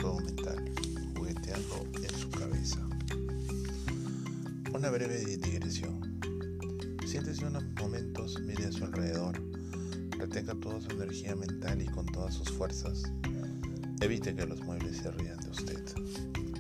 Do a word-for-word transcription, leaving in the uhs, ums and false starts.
juego mental, jugueteando en su cabeza. Una breve digresión. Siéntese unos momentos, mire a su alrededor, retenga toda su energía mental y con todas sus fuerzas, evite que los muebles se rían de usted.